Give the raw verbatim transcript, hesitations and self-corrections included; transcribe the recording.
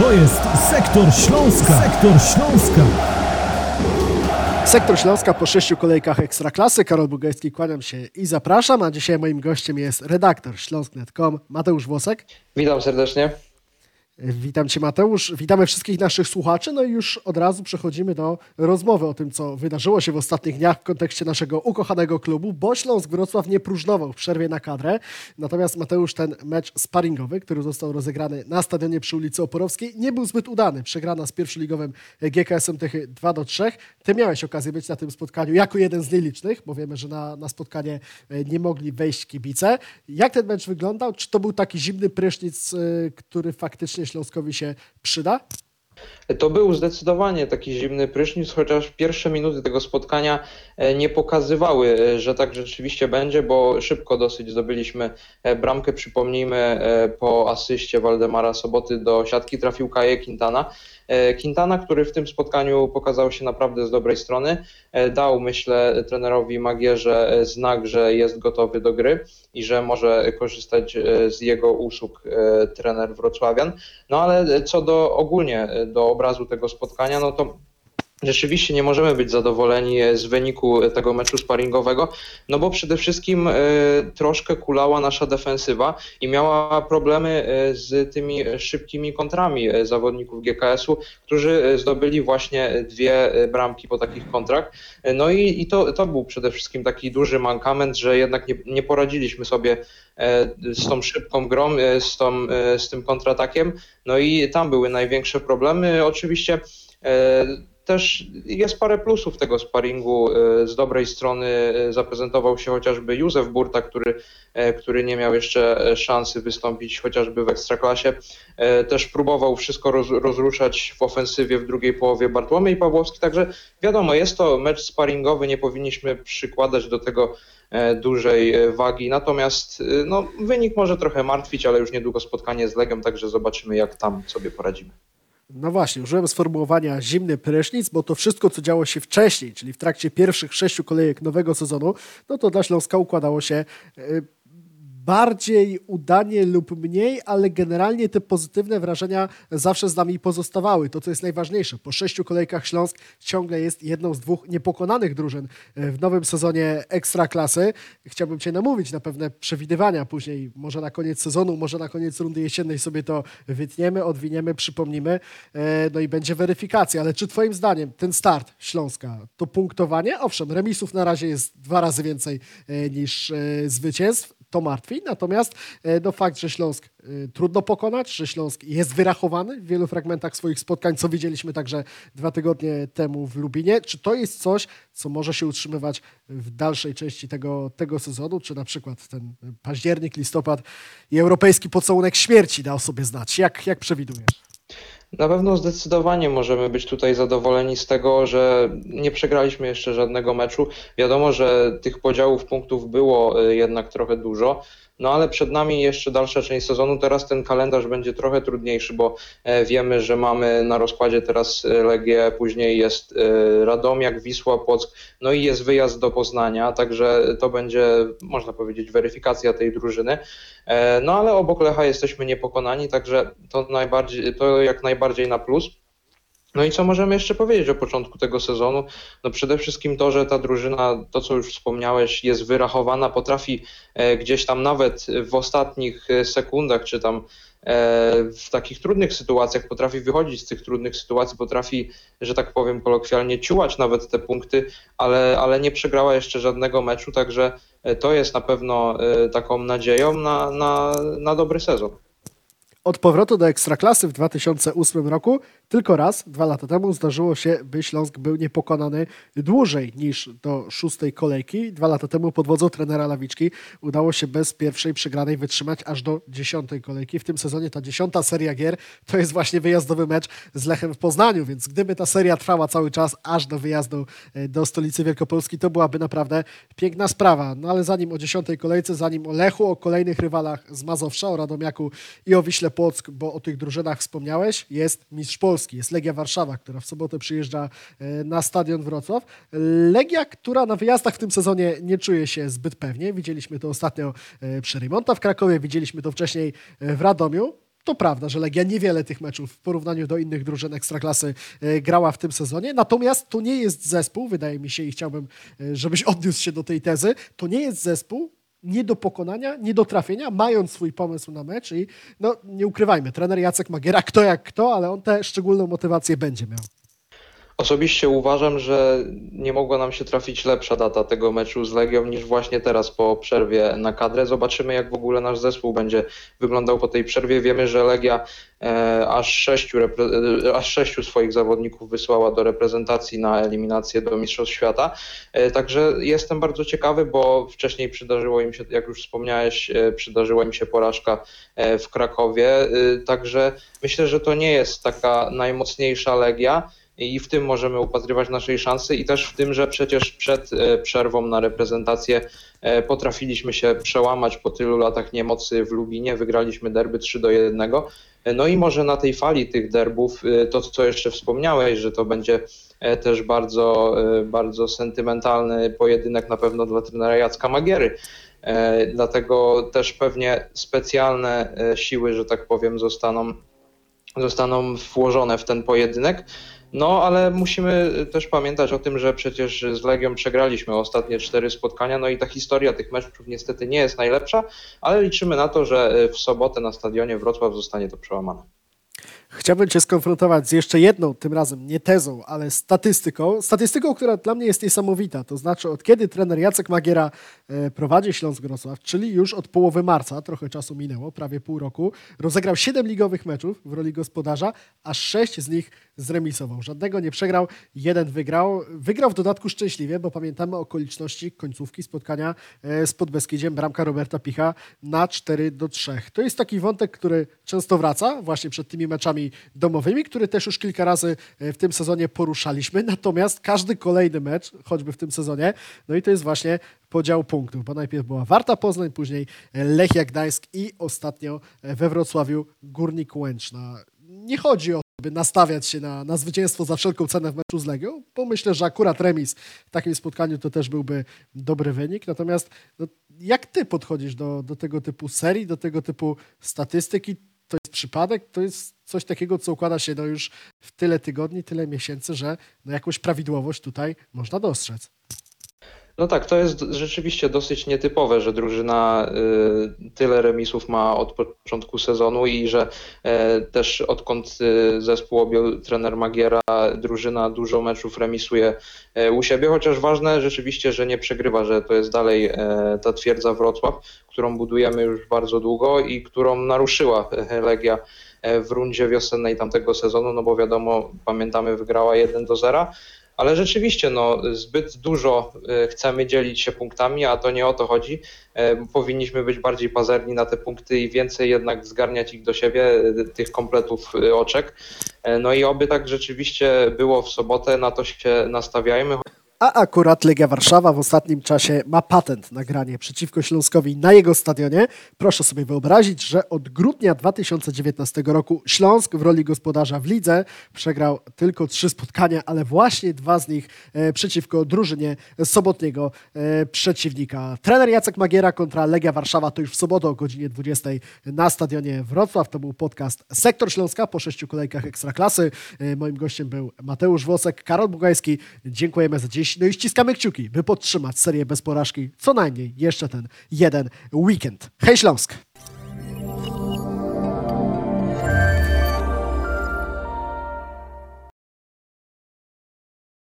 To jest Sektor Śląska. Sektor Śląska. Sektor Śląska po sześciu kolejkach Ekstraklasy. Karol Bugajski, kłaniam się i zapraszam. A dzisiaj moim gościem jest redaktor śląsk kropka net kropka com Mateusz Włosek. Witam serdecznie. Witam Cię, Mateusz. Witamy wszystkich naszych słuchaczy. No i już od razu przechodzimy do rozmowy o tym, co wydarzyło się w ostatnich dniach w kontekście naszego ukochanego klubu, bo Śląsk Wrocław nie próżnował w przerwie na kadrę. Natomiast, Mateusz, ten mecz sparingowy, który został rozegrany na stadionie przy ulicy Oporowskiej, nie był zbyt udany. Przegrana z pierwszoligowym G K S-em Tychy dwa do trzech. Ty miałeś okazję być na tym spotkaniu jako jeden z nielicznych, bo wiemy, że na, na spotkanie nie mogli wejść kibice. Jak ten mecz wyglądał? Czy to był taki zimny prysznic, który faktycznie Śląskowi się przyda? To był zdecydowanie taki zimny prysznic, chociaż pierwsze minuty tego spotkania nie pokazywały, że tak rzeczywiście będzie, bo szybko dosyć zdobyliśmy bramkę. Przypomnijmy, po asyście Waldemara Soboty do siatki trafił Kaje Quintana. Quintana, który w tym spotkaniu pokazał się naprawdę z dobrej strony, dał, myślę, trenerowi Magierze znak, że jest gotowy do gry i że może korzystać z jego usług trener wrocławian. No ale co do ogólnie do obrazu tego spotkania, no to rzeczywiście nie możemy być zadowoleni z wyniku tego meczu sparingowego, no bo przede wszystkim troszkę kulała nasza defensywa i miała problemy z tymi szybkimi kontrami zawodników G K S-u, którzy zdobyli właśnie dwie bramki po takich kontrach. No i, i to, to był przede wszystkim taki duży mankament, że jednak nie, nie poradziliśmy sobie z tą szybką grą, z, tą, z tym kontratakiem, no i tam były największe problemy. Oczywiście też jest parę plusów tego sparingu. Z dobrej strony zaprezentował się chociażby Józef Burta, który, który nie miał jeszcze szansy wystąpić chociażby w Ekstraklasie. Też próbował wszystko roz, rozruszać w ofensywie w drugiej połowie Bartłomiej Pawłowski, także wiadomo, jest to mecz sparingowy, nie powinniśmy przykładać do tego dużej wagi, natomiast no, wynik może trochę martwić, ale już niedługo spotkanie z Legią, także zobaczymy, jak tam sobie poradzimy. No właśnie, użyłem sformułowania zimny prysznic, bo to wszystko, co działo się wcześniej, czyli w trakcie pierwszych sześciu kolejek nowego sezonu, no to dla Śląska układało się bardziej udanie lub mniej, ale generalnie te pozytywne wrażenia zawsze z nami pozostawały. To, co jest najważniejsze, po sześciu kolejkach Śląsk ciągle jest jedną z dwóch niepokonanych drużyn w nowym sezonie Ekstraklasy. Chciałbym Cię namówić na pewne przewidywania później, może na koniec sezonu, może na koniec rundy jesiennej sobie to wytniemy, odwiniemy, przypomnimy, no i będzie weryfikacja. Ale czy Twoim zdaniem ten start Śląska to punktowanie? Owszem, remisów na razie jest dwa razy więcej niż zwycięstw. To martwi, natomiast no, fakt, że Śląsk y, trudno pokonać, że Śląsk jest wyrachowany w wielu fragmentach swoich spotkań, co widzieliśmy także dwa tygodnie temu w Lubinie. Czy to jest coś, co może się utrzymywać w dalszej części tego, tego sezonu, czy na przykład ten październik, listopad i europejski pocałunek śmierci da o sobie znać? Jak, jak przewidujesz? Na pewno zdecydowanie możemy być tutaj zadowoleni z tego, że nie przegraliśmy jeszcze żadnego meczu. Wiadomo, że tych podziałów punktów było jednak trochę dużo, no ale przed nami jeszcze dalsza część sezonu. Teraz ten kalendarz będzie trochę trudniejszy, bo wiemy, że mamy na rozkładzie teraz Legię, później jest Radomiak, Wisła, Płock, no i jest wyjazd do Poznania, także to będzie, można powiedzieć, weryfikacja tej drużyny. No ale obok Lecha jesteśmy niepokonani, także to, najbardziej, to jak najbardziej na plus. No i co możemy jeszcze powiedzieć o początku tego sezonu? No przede wszystkim to, że ta drużyna, to co już wspomniałeś, jest wyrachowana, potrafi gdzieś tam nawet w ostatnich sekundach, czy tam w takich trudnych sytuacjach potrafi wychodzić z tych trudnych sytuacji, potrafi, że tak powiem kolokwialnie, ciułać nawet te punkty, ale, ale nie przegrała jeszcze żadnego meczu, także to jest na pewno taką nadzieją na, na, na dobry sezon. Od powrotu do Ekstraklasy w dwa tysiące ósmym roku tylko raz, dwa lata temu, zdarzyło się, by Śląsk był niepokonany dłużej niż do szóstej kolejki. Dwa lata temu pod wodzą trenera Lawiczki udało się bez pierwszej przegranej wytrzymać aż do dziesiątej kolejki. W tym sezonie ta dziesiąta seria gier to jest właśnie wyjazdowy mecz z Lechem w Poznaniu, więc gdyby ta seria trwała cały czas aż do wyjazdu do stolicy Wielkopolski, to byłaby naprawdę piękna sprawa. No ale zanim o dziesiątej kolejce, zanim o Lechu, o kolejnych rywalach z Mazowsza, o Radomiaku i o Wiśle Płock, bo o tych drużynach wspomniałeś, jest mistrz Polski, jest Legia Warszawa, która w sobotę przyjeżdża na Stadion Wrocław. Legia, która na wyjazdach w tym sezonie nie czuje się zbyt pewnie. Widzieliśmy to ostatnio przy Rejmonta w Krakowie, widzieliśmy to wcześniej w Radomiu. To prawda, że Legia niewiele tych meczów w porównaniu do innych drużyn Ekstraklasy e, grała w tym sezonie, natomiast to nie jest zespół, wydaje mi się i chciałbym, e, żebyś odniósł się do tej tezy, to nie jest zespół nie do pokonania, nie do trafienia, mając swój pomysł na mecz i no nie ukrywajmy, trener Jacek Magiera, kto jak kto, ale on tę szczególną motywację będzie miał. Osobiście uważam, że nie mogła nam się trafić lepsza data tego meczu z Legią niż właśnie teraz po przerwie na kadrę. Zobaczymy, jak w ogóle nasz zespół będzie wyglądał po tej przerwie. Wiemy, że Legia e, aż, sześciu repre- e, aż sześciu swoich zawodników wysłała do reprezentacji na eliminację do Mistrzostw Świata. E, także jestem bardzo ciekawy, bo wcześniej przydarzyło im się, jak już wspomniałeś, e, przydarzyła im się porażka e, w Krakowie. E, także myślę, że to nie jest taka najmocniejsza Legia. I w tym możemy upatrywać naszej szansy i też w tym, że przecież przed przerwą na reprezentację potrafiliśmy się przełamać po tylu latach niemocy w Lubinie, wygraliśmy derby trzy do jednego. No i może na tej fali tych derbów, to co jeszcze wspomniałeś, że to będzie też bardzo, bardzo sentymentalny pojedynek na pewno dla trenera Jacka Magiery. Dlatego też pewnie specjalne siły, że tak powiem, zostaną, zostaną włożone w ten pojedynek. No, ale musimy też pamiętać o tym, że przecież z Legią przegraliśmy ostatnie cztery spotkania, no i ta historia tych meczów niestety nie jest najlepsza, ale liczymy na to, że w sobotę na stadionie Wrocław zostanie to przełamane. Chciałbym Cię skonfrontować z jeszcze jedną, tym razem nie tezą, ale statystyką. Statystyką, która dla mnie jest niesamowita. To znaczy, od kiedy trener Jacek Magiera prowadzi Śląsk Wrocław, czyli już od połowy marca, trochę czasu minęło, prawie pół roku, rozegrał siedem ligowych meczów w roli gospodarza, a sześć z nich zremisował. Żadnego nie przegrał, jeden wygrał. Wygrał w dodatku szczęśliwie, bo pamiętamy okoliczności końcówki spotkania z Podbeskidziem, bramka Roberta Picha na cztery do trzech. To jest taki wątek, który często wraca właśnie przed tymi meczami domowymi, który też już kilka razy w tym sezonie poruszaliśmy, natomiast każdy kolejny mecz, choćby w tym sezonie, no i to jest właśnie podział punktów, bo najpierw była Warta Poznań, później Lechia Gdańsk i ostatnio we Wrocławiu Górnik Łęczna. Nie chodzi o to, by nastawiać się na, na zwycięstwo za wszelką cenę w meczu z Legią, bo myślę, że akurat remis w takim spotkaniu to też byłby dobry wynik. Natomiast no, jak ty podchodzisz do, do tego typu serii, do tego typu statystyki? To jest przypadek, to jest coś takiego, co układa się no już w tyle tygodni, tyle miesięcy, że no jakąś prawidłowość tutaj można dostrzec. No tak, to jest rzeczywiście dosyć nietypowe, że drużyna y, tyle remisów ma od początku sezonu i że y, też odkąd y, zespół objął trener Magiera, drużyna dużo meczów remisuje y, u siebie, chociaż ważne rzeczywiście, że nie przegrywa, że to jest dalej y, ta twierdza Wrocław, którą budujemy już bardzo długo i którą naruszyła Legia w rundzie wiosennej tamtego sezonu, no bo wiadomo, pamiętamy, wygrała jeden do zera. Ale rzeczywiście no, zbyt dużo chcemy dzielić się punktami, a to nie o to chodzi. Powinniśmy być bardziej pazerni na te punkty i więcej jednak zgarniać ich do siebie, tych kompletów oczek. No i oby tak rzeczywiście było w sobotę, na to się nastawiajmy. A akurat Legia Warszawa w ostatnim czasie ma patent na granie przeciwko Śląskowi na jego stadionie. Proszę sobie wyobrazić, że od grudnia dwa tysiące dziewiętnastego roku Śląsk w roli gospodarza w lidze przegrał tylko trzy spotkania, ale właśnie dwa z nich e, przeciwko drużynie sobotniego e, przeciwnika. Trener Jacek Magiera kontra Legia Warszawa to już w sobotę o godzinie dwudziestej na stadionie Wrocław. To był podcast Sektor Śląska po sześciu kolejkach Ekstraklasy. E, moim gościem był Mateusz Włosek, Karol Bugajski. Dziękujemy za dziś. No i ściskamy kciuki, by podtrzymać serię bez porażki co najmniej jeszcze ten jeden weekend. Hej Śląsk!